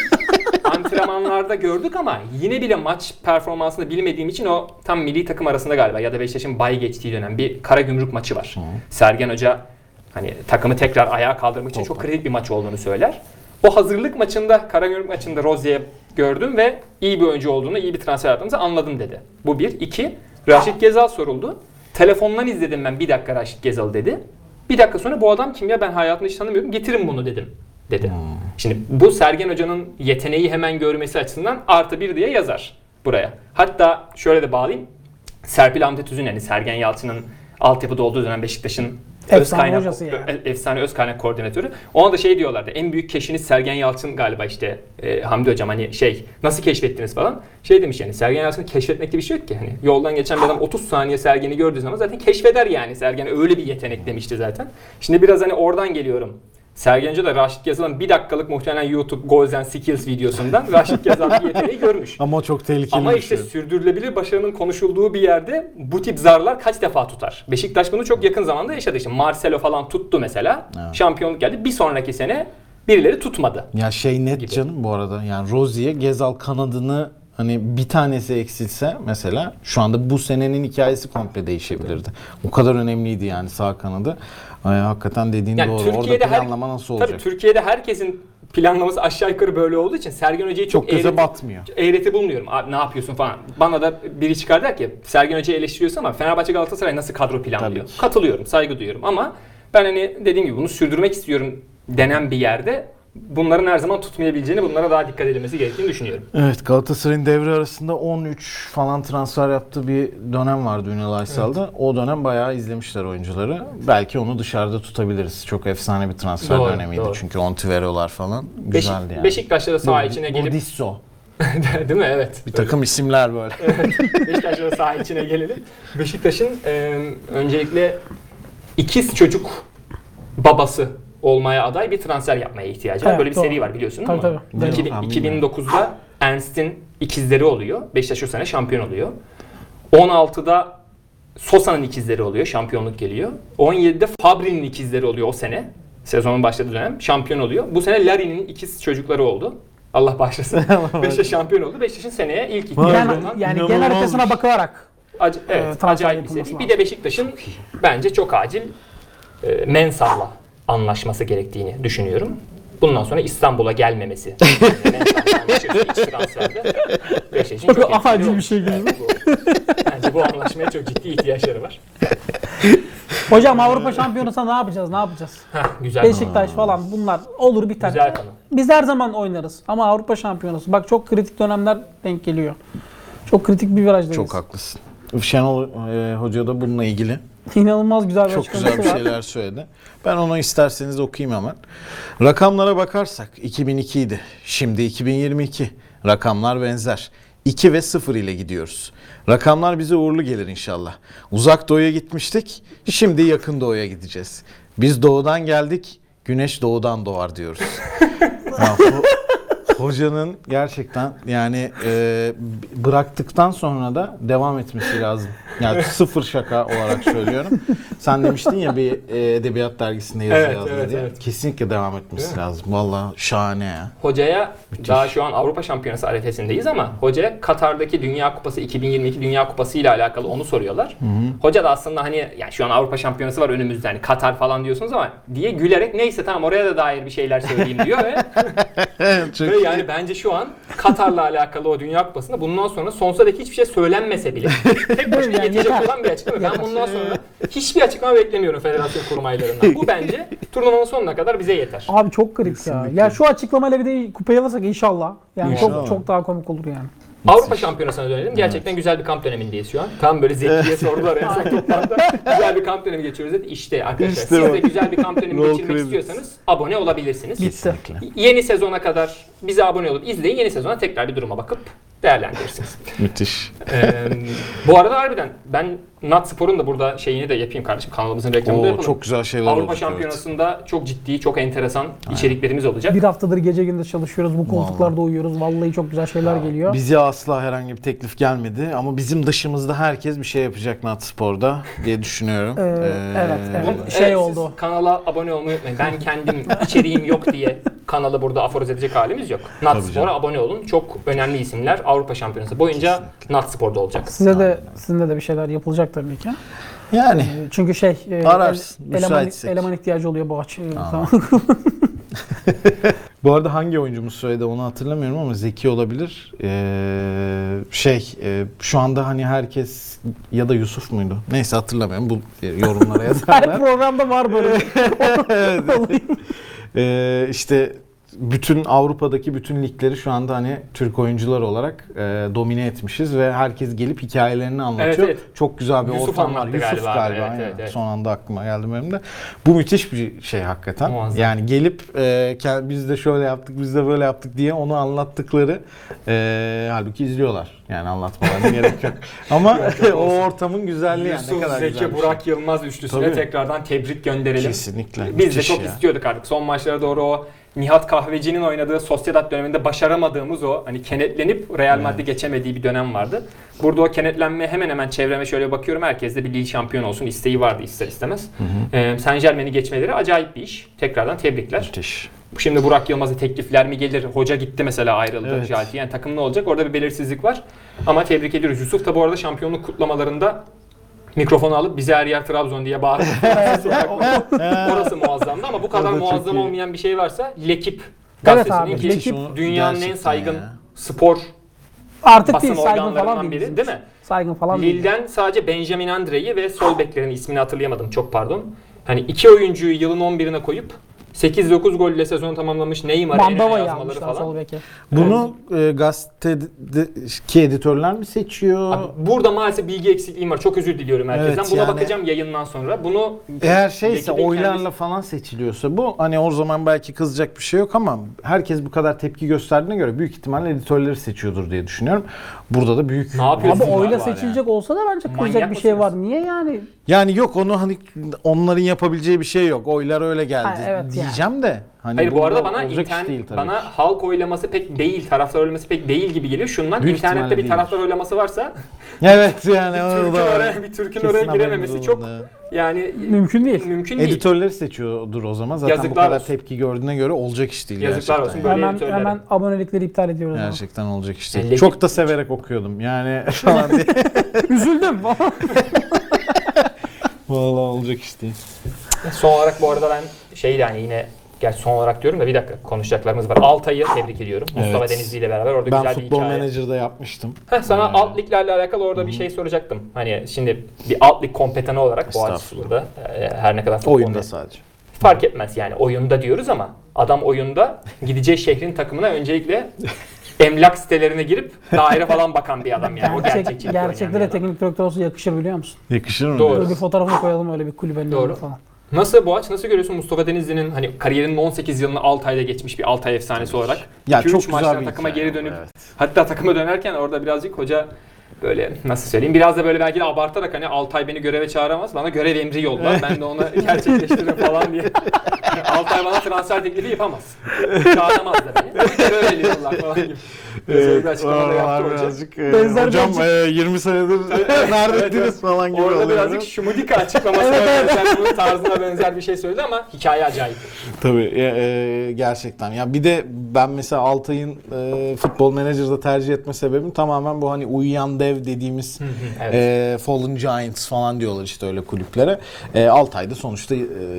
Antrenmanlarda gördük ama yine bile maç performansını bilmediğim için o tam milli takım arasında galiba ya da Beşiktaş'ın bay geçtiği dönem bir Karagümrük maçı var. Hı. Sergen Hoca hani takımı tekrar ayağa kaldırmak için Hoppa. çok kritik bir maç olduğunu söyler. O hazırlık maçında, Karagümrük maçında Rozier'i gördüm ve iyi bir oyuncu olduğunu, iyi bir transfer yaptığımızı anladım dedi. Bu bir. İki, Raşit Gezal soruldu. Telefondan izledim ben bir dakika Raşit Gezal dedi. Bir dakika sonra bu adam kim ya, ben hayatımda hiç tanımıyorum, getirin bunu dedim dedi. Hmm. Şimdi bu Sergen Hoca'nın yeteneği hemen görmesi açısından artı bir diye yazar buraya. Hatta şöyle de bağlayayım. Serpil Hamdi Tüzün, yani Sergen Yalçın'ın altyapıda olduğu dönem Beşiktaş'ın öz kaynak, yani. efsane öz kaynak koordinatörü. Ona da şey diyorlardı. En büyük keşfiniz Sergen Yalçın galiba işte e, Hamdi Hocam hani şey nasıl keşfettiniz falan. Şey demiş yani Sergen Yalçın'ı keşfetmekte bir şey yok ki. Hani yoldan geçen bir adam otuz saniye Sergen'i gördüğü zaman zaten keşfeder yani. Sergen öyle bir yetenek demişti zaten. Şimdi biraz hani oradan geliyorum. Sergen Hoca da Raşit Gezal'ın bir dakikalık muhtemelen YouTube Goals and Skills videosundan Raşit Gezal'ın yeteneği görmüş. Ama çok tehlikeli. Ama işte şey. Sürdürülebilir başarının konuşulduğu bir yerde bu tip zarlar kaç defa tutar? Beşiktaş bunu çok yakın zamanda yaşadı. İşte Marcelo falan tuttu mesela. Evet. Şampiyonluk geldi. Bir sonraki sene birileri tutmadı. Ya şey net gibi. Canım bu arada. Yani Rozier, Gezal kanadını hani bir tanesi eksilse mesela şu anda bu senenin hikayesi komple değişebilirdi. O kadar önemliydi yani sağ kanadı. Ay, hakikaten dediğin yani doğru. Türkiye'de Orada planlama her, nasıl olacak? Tabii Türkiye'de herkesin planlaması aşağı yukarı böyle olduğu için Sergen Hoca'yı çok, çok göze eğreti, batmıyor. Eğreti bulmuyorum. Abi ne yapıyorsun falan. Bana da biri çıkar der ki Sergen Hoca'yı eleştiriyorsun ama Fenerbahçe Galatasaray nasıl kadro planlıyor? Katılıyorum, saygı duyuyorum ama ben hani dediğim gibi bunu sürdürmek istiyorum denen bir yerde bunların her zaman tutmayabileceğini, bunlara daha dikkat edilmesi gerektiğini düşünüyorum. Evet, Galatasaray'ın devre arasında on üç falan transfer yaptığı bir dönem vardı Ünal Aysal'da. Evet. O dönem bayağı izlemişler oyuncuları. Belki onu dışarıda tutabiliriz. Çok efsane bir transfer doğru, dönemiydi doğru. Çünkü Ontivero'lar falan güzeldi Beşik, yani. Beşiktaş'ta da saha içine gelip... Bodisso. Değil mi? Evet. Bir takım isimler böyle. Evet. Beşiktaş'ta da saha içine gelelim. Beşiktaş'ın e, öncelikle ikiz çocuk babası olmaya aday bir transfer yapmaya ihtiyacı var. Evet, böyle bir doğru. seri var biliyorsun tabii, değil mi? Tabii iki bin, iki bin dokuzda Ernst'in ikizleri oluyor. Beşiktaş o sene şampiyon oluyor. on altıda Sosa'nın ikizleri oluyor. Şampiyonluk geliyor. on yedide Fabri'nin ikizleri oluyor o sene. Sezonun başladığı dönem. Şampiyon oluyor. Bu sene Larry'nin ikiz çocukları oldu. Allah başlasın. Beşiktaş şampiyon oldu. Beşiktaş'ın seneye ilk ihtiyacı yani, olan... Yani gen haritasına bakılarak Ac- evet, acayip bir seri. Bir de Beşiktaş'ın bence çok acil e, Mensah'la anlaşması gerektiğini düşünüyorum. Bundan sonra İstanbul'a gelmemesi. Yani iç transferde Beşiktaş'ın çok, çok acil bir şey gibi. Evet, bu, bence bu anlaşmaya çok ciddi ihtiyaçları var. Hocam Avrupa Şampiyonası'na ne yapacağız? Ne yapacağız? Heh, güzel. Beşiktaş falan bunlar olur biter. Güzel konu. Biz her zaman oynarız. Ama Avrupa Şampiyonası. Bak çok kritik dönemler denk geliyor. Çok kritik bir virajdayız. Çok haklısın. Şenol e, Hoca da bununla ilgili İnanılmaz güzel bir çok açıklaması güzel bir var. şeyler söyledi. Ben onu isterseniz okuyayım hemen. Rakamlara bakarsak iki bin iki idi. Şimdi iki bin yirmi iki. Rakamlar benzer. iki ve sıfır ile gidiyoruz. Rakamlar bize uğurlu gelir inşallah. Uzak doğuya gitmiştik. Şimdi yakın doğuya gideceğiz. Biz doğudan geldik. Güneş doğudan doğar diyoruz. Ya, bu- Hocanın gerçekten yani e, bıraktıktan sonra da devam etmesi lazım. Yani sıfır şaka olarak söylüyorum. Sen demiştin ya bir e, edebiyat dergisinde yazı Evet, yazdı evet, diye. evet. Kesinlikle devam etmesi lazım. Vallahi şahane ya. Hocaya daha şu an Avrupa Şampiyonası arifesindeyiz ama hocaya Katar'daki Dünya Kupası iki bin yirmi iki Dünya Kupası ile alakalı onu soruyorlar. Hoca da aslında hani yani şu an Avrupa Şampiyonası var önümüzde hani Katar falan diyorsunuz ama diye gülerek neyse tamam oraya da dair bir şeyler söyleyeyim diyor ve, Çok ve yani bence şu an Katar'la alakalı o Dünya Kupası'nda bundan sonra sonsuza dek hiçbir şey söylenmese bile tek başına Yani yetecek yeter. olan bir açıklama. Ben bundan sonra hiçbir açıklama beklemiyorum federasyon kurmaylarından. Bu bence turnuvanın sonuna kadar bize yeter. Abi çok kritik ya. Ya şu açıklamayla bir de kupayı alırsak inşallah. Yani İnşallah. çok çok daha komik olur yani. Avrupa Şampiyonası'na dönelim. Gerçekten güzel bir kamp dönemindeyiz şu an. Tam böyle Zeki'ye sordular en son toplantıda. Güzel bir kamp dönemi geçiyoruz dedi. İşte arkadaşlar İşte siz bak. de güzel bir kamp dönemi No geçirmek credits. istiyorsanız abone olabilirsiniz. Bitti. Yeni sezona kadar bize abone olup izleyin. Yeni sezona tekrar bir duruma bakıp değerlendirirsiniz. müthiş. ee, bu arada harbiden ben Nat Spor'un da burada şeyini de yapayım kardeşim. Kanalımızın reklamını da Oo, yapalım. çok güzel şeyler Avrupa olacak, Şampiyonası'nda çok ciddi, çok enteresan içeriklerimiz olacak. Bir haftadır gece gündüz çalışıyoruz. Bu koltuklarda uyuyoruz. Vallahi çok güzel şeyler geliyor. Bize asla herhangi bir teklif gelmedi ama bizim dışımızda herkes bir şey yapacak Nat Spor'da diye düşünüyorum. Ee, evet, evet. Bunun- Şey evet, oldu. siz kanala abone olmayı unutmayın. Ben kendim içeriğim yok diye kanalı burada aforoz edecek halimiz yok. Nat Tabii Spor'a canım. abone olun. Çok önemli isimler Avrupa Şampiyonası boyunca Kesinlikle. Nat Spor'da olacak. Size de sizinle de bir şeyler yapılacak tabii ki. Yani Çünkü şey e, Ararsın, ele- eleman, müsaitsek. eleman ihtiyacı oluyor bu açı. Tamam. bu arada hangi oyuncumuz söyledi onu hatırlamıyorum ama Zeki olabilir. Ee, şey e, şu anda hani herkes ya da Yusuf muydu? Neyse hatırlamıyorum. Bu e, yorumlara Her yazarlar. programda var böyle. Ee, işte bütün Avrupa'daki bütün ligleri şu anda hani Türk oyuncular olarak e, domine etmişiz ve herkes gelip hikayelerini anlatıyor. Evet, evet. Çok güzel bir Yusuf ortam var. anlattı Yusuf galiba galiba. abi, evet, aynen. evet, evet. Son anda aklıma geldi benim de. Bu müthiş bir şey hakikaten. Muazzam. Yani gelip e, ke- biz de şöyle yaptık, biz de böyle yaptık diye onu anlattıkları e, halbuki izliyorlar. Yani anlatmalarına gerek yok. Ama o ortamın güzelliği yani ne Yusuf, kadar Zeki, güzel bir Burak şey. Yılmaz üçlüsüne Tabii. tekrardan tebrik gönderelim. Kesinlikle. Biz de Müthiş çok ya. istiyorduk artık. Son maçlara doğru o Nihat Kahveci'nin oynadığı Sociedad döneminde başaramadığımız o hani kenetlenip Real Madrid geçemediği bir dönem vardı. Burada o kenetlenme hemen hemen çevreme şöyle bakıyorum. Herkes de bir lig şampiyon olsun isteği vardı ister istemez. Ee, Saint Germain'i geçmeleri acayip bir iş. Tekrardan tebrikler. Müthiş. Şimdi Burak Yılmaz'a teklifler mi gelir? Hoca gitti mesela ayrıldı. Evet. Jalti. Yani takım ne olacak? Orada bir belirsizlik var. Ama tebrik ediyoruz. Yusuf da bu arada şampiyonluk kutlamalarında mikrofonu alıp bize her yer Trabzon diye bağırdı. Orası muazzamdı ama bu kadar O da çok muazzam iyi. olmayan bir şey varsa Lekip Evet gazetesinin abi, ki Lekip dünyanın en gerçekten saygın ya. spor Artık basın değil, saygın falan organlarından değil. biri bizim değil için. mi? Saygın falan değil. Lille'den sadece Benjamin Andre'yi ve sol beklerin ismini hatırlayamadım çok pardon. Hani iki oyuncuyu yılın on birine koyup sekiz dokuz golle sezonu tamamlamış Neymar'ı en öne Mandava'yı yazmaları almışlar falan. sol beke. Bunu e, gazetedeki editörler mi seçiyor? Abi burada maalesef bilgi eksikliğim var. Çok özür diliyorum herkesten. Evet, Buna yani- bakacağım yayından sonra. Bunu Eğer şeyse Lekip'in oylarla kendisi- falan seçiliyorsa bu hani o zaman belki kızacak bir şey yok ama herkes bu kadar tepki gösterdiğine göre büyük ihtimalle editörleri seçiyordur diye düşünüyorum. Burada da büyük Ne yapıyorsun? Abi var oyla var seçilecek olsa da bence Manyak kızacak bir şey var. mısınız? Niye yani? Yani yok onu hani onların yapabileceği bir şey yok. Oylar öyle geldi Ha, evet diyeceğim de. Hani Hayır bu burada arada bana olacak iş internet, değil tabii. bana halk oylaması pek değil, taraftar oylaması pek değil gibi geliyor. Şundan Büyük internette ihtimalle bir değildir. taraftar oylaması varsa Evet yani o Türk'ün da var. oraya, bir Türk'ün Kesin oraya haberimiz girememesi olmadı. çok yani Mümkün değil. mümkün değil. Editörleri seçiyordur o zaman. Zaten bu Yazıklar kadar olsun. tepki gördüğüne göre olacak iş değil Yazıklar gerçekten. olsun. yani. Böyle Hemen editörlere. hemen abonelikleri iptal ediyoruz. ama. Gerçekten olacak iş değil. Yani Çok da severek okuyordum. Yani falan diye. Üzüldüm falan. Vallahi olacak iş değil. Son olarak bu arada ben şey yani yine Gerçi son olarak diyorum da bir dakika konuşacaklarımız var. Altay'ı tebrik ediyorum. Mustafa Evet. Denizli ile beraber orada Ben güzel bir Futbol hikaye. Manager'da yapmıştım. Heh, sana Ee, alt liglerle alakalı orada bir şey soracaktım. Hani şimdi bir alt lig kompetanı olarak Boğaç Estağfurullah. burada e, her ne kadar futbol Oyunda oynuyor. sadece. Fark etmez yani oyunda diyoruz ama adam oyunda gideceği şehrin takımına öncelikle emlak sitelerine girip daire falan bakan bir adam yani. O Gerçek, gerçekçilikle oynayan bir gerçeklere adam. teknik direktör olsa yakışır biliyor musun? Yakışır mı? Doğru. Böyle bir fotoğrafını koyalım öyle bir kulübenin Doğru. önüne falan. Nasıl Boğaç? Nasıl görüyorsun Mustafa Denizli'nin hani kariyerinin on sekiz yılını Altay'da geçmiş bir Altay efsanesi olarak? Ya iki üç çok güzel maçta bir takıma hikaye geri bu, dönüp evet. hatta takıma dönerken orada birazcık hoca böyle nasıl söyleyeyim biraz da böyle belki de abartarak hani Altay beni göreve çağıramaz bana görev emri yollar ben de onu gerçekleştiririm falan diye. Altay bana transfer teklifi yapamaz. Çağıramaz da beni. Görev emri yollar falan gibi. Böyle bir açıklama da yaptı hoca. birazcık, e, Benzer bir hocam açık- e, yirmi senedir neredesiniz evet. falan gibi Orada oluyor. birazcık Şumudika açıklamasına benzer, bunun tarzına benzer bir şey söyledi ama hikaye acayip. Tabii e, e, gerçekten. Ya bir de ben mesela Altay'ın e, Futbol Manager'da tercih etme sebebim tamamen bu hani uyuyan dev dediğimiz Evet. e, Fallen Giants falan diyorlar işte öyle kulüplere. E, Altay'da sonuçta e,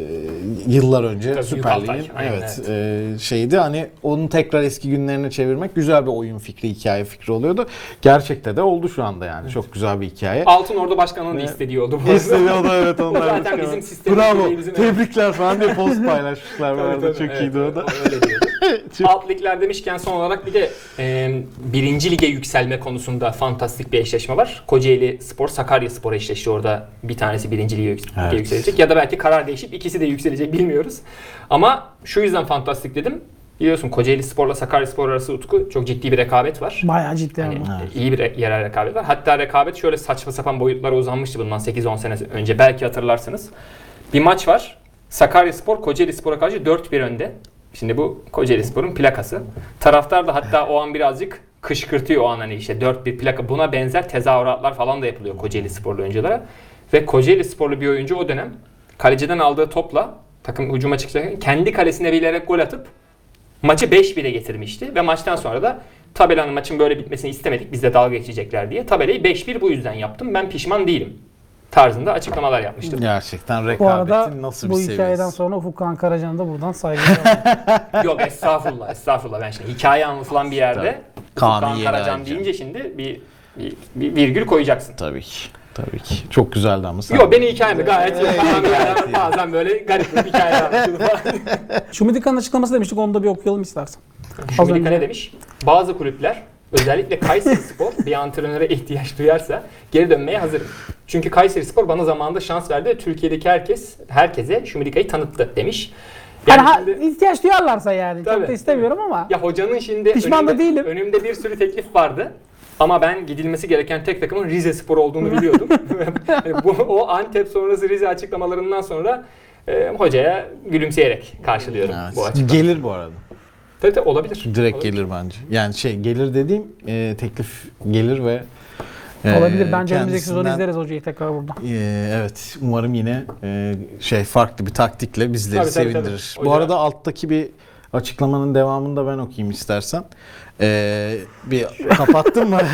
yıllar önce Tabii, Süper Büyük Altay. Lig'in Aynen, evet, e, şeydi hani onu tekrar eski günlerine çevirmek güzel bir oyun fikri, hikaye fikri oluyordu. Gerçekte de oldu şu anda yani. Çok güzel bir hikaye. Altın Ordu Başkanı'nın da istediği oldu bu arada. İstediği o da evet onlar. Zaten başkanı. bizim sistemimiz Bravo. gereği bizim- Tebrikler falan diye post paylaşmışlar bu Tabii, arada. tabii, Çok evet, iyiydi evet, o da. öyle diyordu. Alt ligler demişken son olarak bir de e, birinci lige yükselme konusunda fantastik bir eşleşme var. Kocaeli Spor, Sakarya Spor eşleşti orada. Bir tanesi birinci lige yük- Evet. yükselecek. Ya da belki karar değişip ikisi de yükselecek bilmiyoruz. Ama şu yüzden fantastik dedim. Biliyorsun Kocaeli Spor'la Sakarya Spor arası Utku çok ciddi bir rekabet var. Bayağı ciddi Hani ama. iyi bir re- yerel rekabet var. Hatta rekabet şöyle saçma sapan boyutlara uzanmıştı bundan sekiz on sene önce. Belki hatırlarsınız. Bir maç var. Sakaryaspor Kocaeli Spor'a karşı dört bir önde. Şimdi bu Kocaeli Spor'un plakası. Taraftar da hatta o an birazcık kışkırtıyor o an hani işte dört bir plaka. Buna benzer tezahüratlar falan da yapılıyor Kocaeli Sporlu oyunculara. Ve Kocaeli Sporlu bir oyuncu o dönem kaleciden aldığı topla takım hücuma çıkacak kendi kalesine bilerek gol atıp maçı beş bire getirmişti. Ve maçtan sonra da tabelanın maçın böyle bitmesini istemedik. Bizde dalga geçecekler diye. Tabelayı beş bir bu yüzden yaptım. Ben pişman değilim. Tarzında açıklamalar yapmıştım. Gerçekten Bu arada rekabetin nasıl bir bu seviyesi. hikayeden sonra Ufuk Karacan'a da buradan saygılar alıyorum. Yok estağfurullah estağfurullah ben şimdi hikaye anlatılan bir yerde Kaan'ı Kaan yeni Karacan arayacağım. deyince şimdi bir, bir, bir virgül koyacaksın. Tabii ki. Tabii ki. Çok güzeldi ama sen. Yok benim hikayemde gayet iyi. Evet, Kaan gayet Karacan iyi. bazen böyle garip bir hikaye anlatıyor falan. Şumidika'nın açıklaması demiştik onu da bir okuyalım istersen. Şumidika önce- ne demiş? Bazı kulüpler özellikle Kayserispor bir antrenöre ihtiyaç duyarsa geri dönmeye hazırım. Çünkü Kayserispor bana zamanında şans verdi ve Türkiye'deki herkes herkese Şumidika'yı tanıttı demiş. Yani, Yani ha, şimdi- ihtiyaç duyarlarsa yani. Tabii, Çok da istemiyorum ama. Ya hocanın şimdi Pişman da önümde, değilim. önümde bir sürü teklif vardı. Ama ben gidilmesi gereken tek takımın Rize Spor olduğunu biliyordum. Yani bu o Antep sonrası Rize açıklamalarından sonra e, hocaya gülümseyerek karşılıyorum Evet. bu açıklamayı. Gelir bu arada. Tabii tabii olabilir. Direkt Olabilir. gelir bence. Yani şey gelir dediğim e, teklif gelir ve e, Olabilir. Bence önümüzdeki sezon kendisinden- izleriz hocayı tekrar burada. Ee, evet umarım yine e, şey farklı bir taktikle bizleri Tabii, tabii, sevindirir. tabii. Bu Hoca- arada alttaki bir açıklamanın devamını da ben okuyayım istersen. Ee, bir kapattın mı?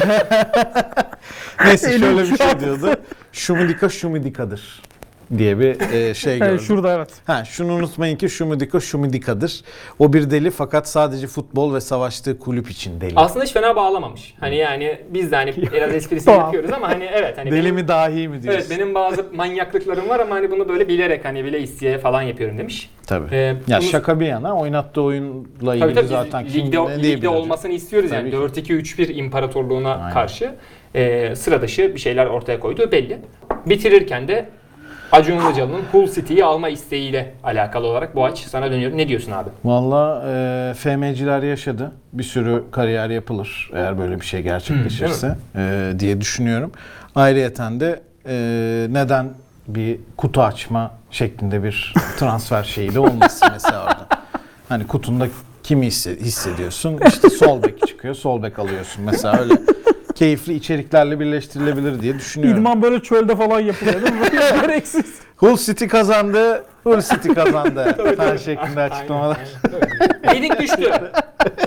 Neyse şöyle bir şey diyordu. Şumidika Şumidika'dır diye bir e, şey gördüm. Evet, şurada evet. Ha, şunu unutmayın ki Şumidika Şumidika'dır. O bir deli fakat sadece futbol ve savaştığı kulüp için deli. Aslında hiç fena bağlamamış. Hani yani biz de hani biraz esprisini Tamam. yapıyoruz ama hani evet hani Deli benim, mi dahi mi diyorsun? evet benim bazı manyaklıklarım var ama hani bunu böyle bilerek hani bile isteye falan yapıyorum demiş. Tabii. Ee, Ya bunu- şaka bir yana oynattığı oyunla ilgili Tabii tabii zaten biz kim ligde, ne ligde diyebilir? olmasını istiyoruz Tabii yani ki. dört iki üç bir imparatorluğuna Aynen. karşı e, sıra dışı bir şeyler ortaya koyduğu belli. Bitirirken de Acun Ilıcalı'nın Hull City'yi alma isteğiyle alakalı olarak Boğaç sana dönüyorum. Ne diyorsun abi? Valla e, F M'ciler yaşadı. Bir sürü kariyer yapılır eğer böyle bir şey gerçekleşirse e, diye düşünüyorum. Ayrıyeten de e, neden bir kutu açma şeklinde bir transfer şeyi de olmasın mesela orada. Hani kutunda kimi hisse- hissediyorsun? İşte sol bek çıkıyor, sol bek alıyorsun. Mesela öyle keyifli içeriklerle birleştirilebilir diye düşünüyorum. İdman böyle çölde falan yapılıyor değil mi? Böyle gereksiz. Hull City kazandı, Hull City kazandı. Her şeklinde açıklamalar. Aynen, aynen. Yedik düştü.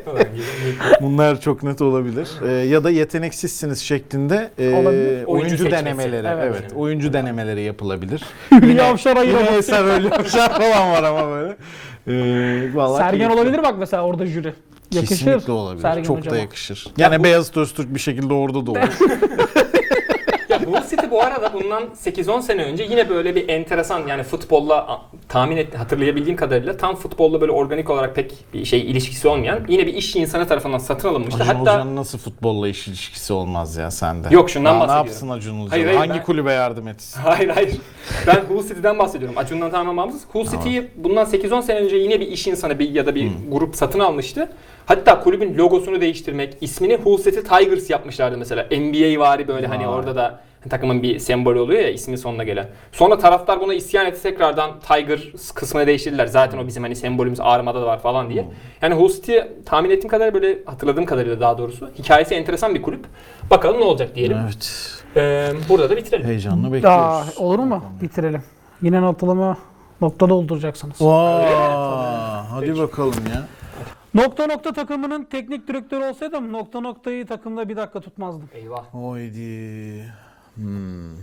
Bunlar çok net olabilir. Ee, ya da yeteneksizsiniz şeklinde e, Olabilir. oyuncu, Oyuncu seçmesi. denemeleri, evet, Evet. oyuncu denemeleri yapılabilir. Hülya Avşar Yine ayıramaz. Eser öyle Avşar falan var ama böyle. Ee, vallahi Sergen keyifli. olabilir bak mesela orada jüri. Yakışır. Kesinlikle olabilir. Sergen Çok hocama. da yakışır. Yani Beyazıt Öztürk bir şekilde orada da olur. Ya Hull City bu arada bundan sekiz on sene önce yine böyle bir enteresan, yani futbolla a- tahmin et, hatırlayabildiğim kadarıyla tam futbolla böyle organik olarak pek bir şey ilişkisi olmayan yine bir iş insanı tarafından satın alınmıştı. Acun Hatta Ilıcalı'nın nasıl futbolla iş ilişkisi olmaz ya sende? Yok, şundan Aa, bahsediyorum. Ne yapsın Acun Ilıcalı? Hayır, hayır, Hangi ben- kulübe yardım etsin? hayır hayır. Ben Hull City'den bahsediyorum. Acun'dan tamamen bağımsız. Hull City'yi bundan sekiz on sene önce yine bir iş insanı bir ya da bir grup satın almıştı. Hatta kulübün logosunu değiştirmek, ismini Hull City Tigers yapmışlardı mesela. N B A vari böyle hani Vay. orada da takımın bir sembolü oluyor ya ismi sonuna gelen. Sonra taraftar buna isyan etti, tekrardan Tiger kısmını değiştirdiler. Zaten o bizim hani sembolümüz Arma'da da var falan diye. Yani Hull City tahmin ettiğim kadarıyla, böyle hatırladığım kadarıyla daha doğrusu, hikayesi enteresan bir kulüp. Bakalım ne olacak diyelim. Evet. Ee, burada da bitirelim. Heyecanla Aa, bekliyoruz. olur mu? Bitirelim. Yine noktalama nokta dolduracaksınız. Vaa, hadi bakalım ya. Nokta nokta takımının teknik direktörü olsaydım nokta noktayı takımda bir dakika tutmazdım. Eyvah. Haydi. Hmm.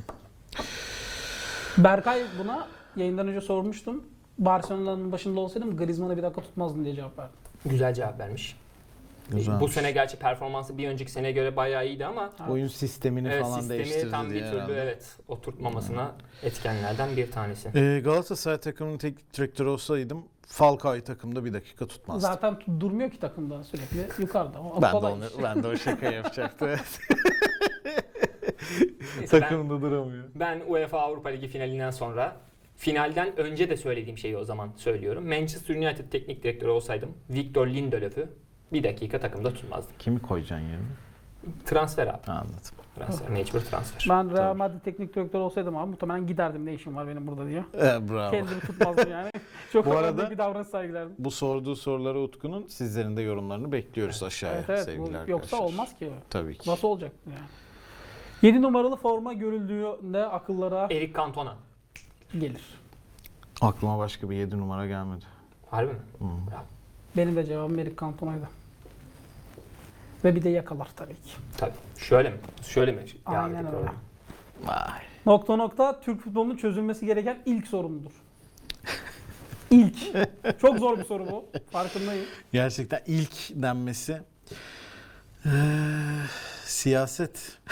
Berkay buna yayından önce sormuştum. Barcelona'nın başında olsaydım Griezmann'ı bir dakika tutmazdım diye cevap verdim. Güzel cevap vermiş. Güzelmiş. Bu sene gerçi performansı bir önceki seneye göre bayağı iyiydi ama Oyun sistemini evet, falan sistemi değiştirdi tam bir diye türlü herhalde. evet oturtmamasına etkenlerden bir tanesi. Ee, Galatasaray takımının teknik direktörü olsaydım Falcao'yu takımda bir dakika tutmazdım. Zaten tut- durmuyor ki takımda, sürekli yukarıda. O ben de kolay onu, iş. ben de o şaka yapacaktım. Neyse, ben, Takımda duramıyor. ben UEFA Avrupa Ligi finalinden sonra, finalden önce de söylediğim şeyi o zaman söylüyorum. Manchester United teknik direktörü olsaydım Victor Lindelöf'ü bir dakika takımda tutmazdım. Kimi koyacaksın yerine? Transfer abi. Anladım. Transfer, mecbur transfer. Ben Real Madrid teknik direktör olsaydım abi muhtemelen giderdim, ne işim var benim burada diye. Ee, bravo. Kendimi tutmazdım yani. Çok Bu Bu arada- bir davranış sergilerdim. Bu sorduğu sorulara Utku'nun sizlerin de yorumlarını bekliyoruz aşağıya Evet evet, sevgili bu, arkadaşlar. yoksa olmaz ki. Tabii ki. Nasıl olacak yani? yedi numaralı forma görüldüğünde akıllara Eric Cantona. gelir. Aklıma başka bir yedi numara gelmedi. Harbi mi? Hmm. Bravo. Benim de cevabım Eric Cantona'ydı. Ve bir de yakalar tabii ki. Tabii. Şöyle mi? Şöyle mi? Devam Aynen edeyim öyle. programa. Vay. Nokta nokta Türk futbolunun çözülmesi gereken ilk sorundur. İlk. Çok zor bir soru bu. Farkındayım. Gerçekten ilk denmesi eee, siyaset.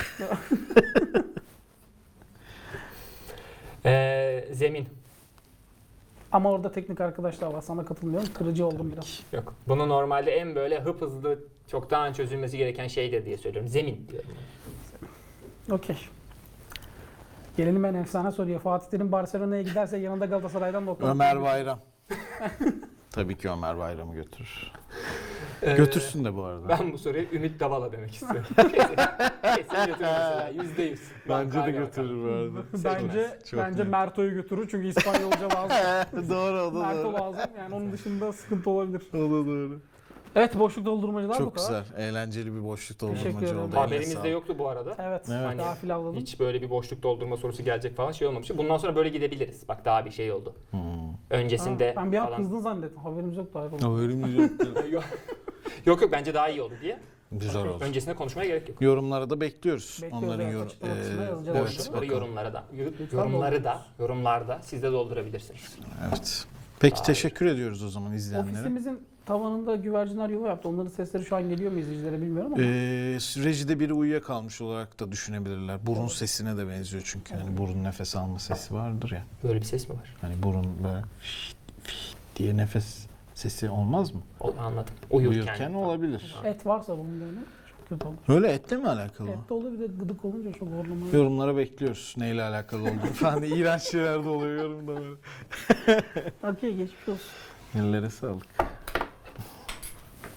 Ee, zemin. Ama orada teknik arkadaşlar var. Sana katılmıyorum. Kırıcı oldum biraz. Yok. Bunu normalde en böyle hıp hızlı, çoktan çözülmesi gereken şeydir diye söylüyorum. Zemin diyorum. Okey. Gelelim en efsane soruya. Fatih Terim Barcelona'ya giderse yanında Galatasaray'dan nokta nokta Ömer gelir. Bayram. Tabii ki Ömer Bayram'ı götürür. Ee, Götürsün de bu arada. Ben bu soruya Ümit Davala demek istiyorum. kesin, kesin götürür mesela. Yüzde yüz. Bence de Hadi götürür bu arada. Bence Çok bence net. Merto'yu götürür çünkü İspanyolca lazım. Doğru o da Merto doğru. lazım. Yani onun dışında sıkıntı olabilir. O da doğru. Evet, boşluk doldurmacılar bu Çok kadar. güzel. Eğlenceli bir boşluk Teşekkür doldurmacı ederim. oldu. Eline Haberimizde sağlık. yoktu bu arada. Evet. Evet. Daha filavladım. Hiç böyle bir boşluk doldurma sorusu gelecek falan şey olmamıştı. Bundan sonra böyle gidebiliriz. Bak daha bir şey oldu. Hmm. Öncesinde Ha, ben bir an falan. kızdın zannettim. Haberimiz yoktu. Ayrıldım. Haberimiz yoktu. yok yok yok, bence daha iyi oldu diye. Güzel oldu. Öncesinde konuşmaya gerek yok. Yorumlara da bekliyoruz. Bekliyoruz, Onların evet. yor- Açıklama kısmına Eee, yazacağız. evet, Boşlukları bakalım. yorumlara da, Lütfen yorumları da, yorumlarda siz de doldurabilirsiniz. Evet. Peki Daha teşekkür ediyoruz o zaman izleyenlere. Ofisimizin tavanında güvercinler yuva yaptı. Onların sesleri şu an geliyor mu izleyicilere bilmiyorum ama. Ee, rejide biri uyuyakalmış olarak da düşünebilirler. Burun sesine de benziyor çünkü. Hani burun nefes alma sesi vardır ya. Böyle bir ses mi var? Hani burun böyle şşt, fit diye nefes sesi olmaz mı? O, anladım. Uyurken. Uyurken olabilir. Et varsa bunun böyle çok kötü olur. Öyle etle mi alakalı? Et de olur, bir de gıdık olunca çok horlamaya. Yorumlara bekliyoruz neyle alakalı olduğunu falan. İğrenç şeyler de oluyor yorumda böyle. Okey, geçmiş olsun. Ellere sağlık.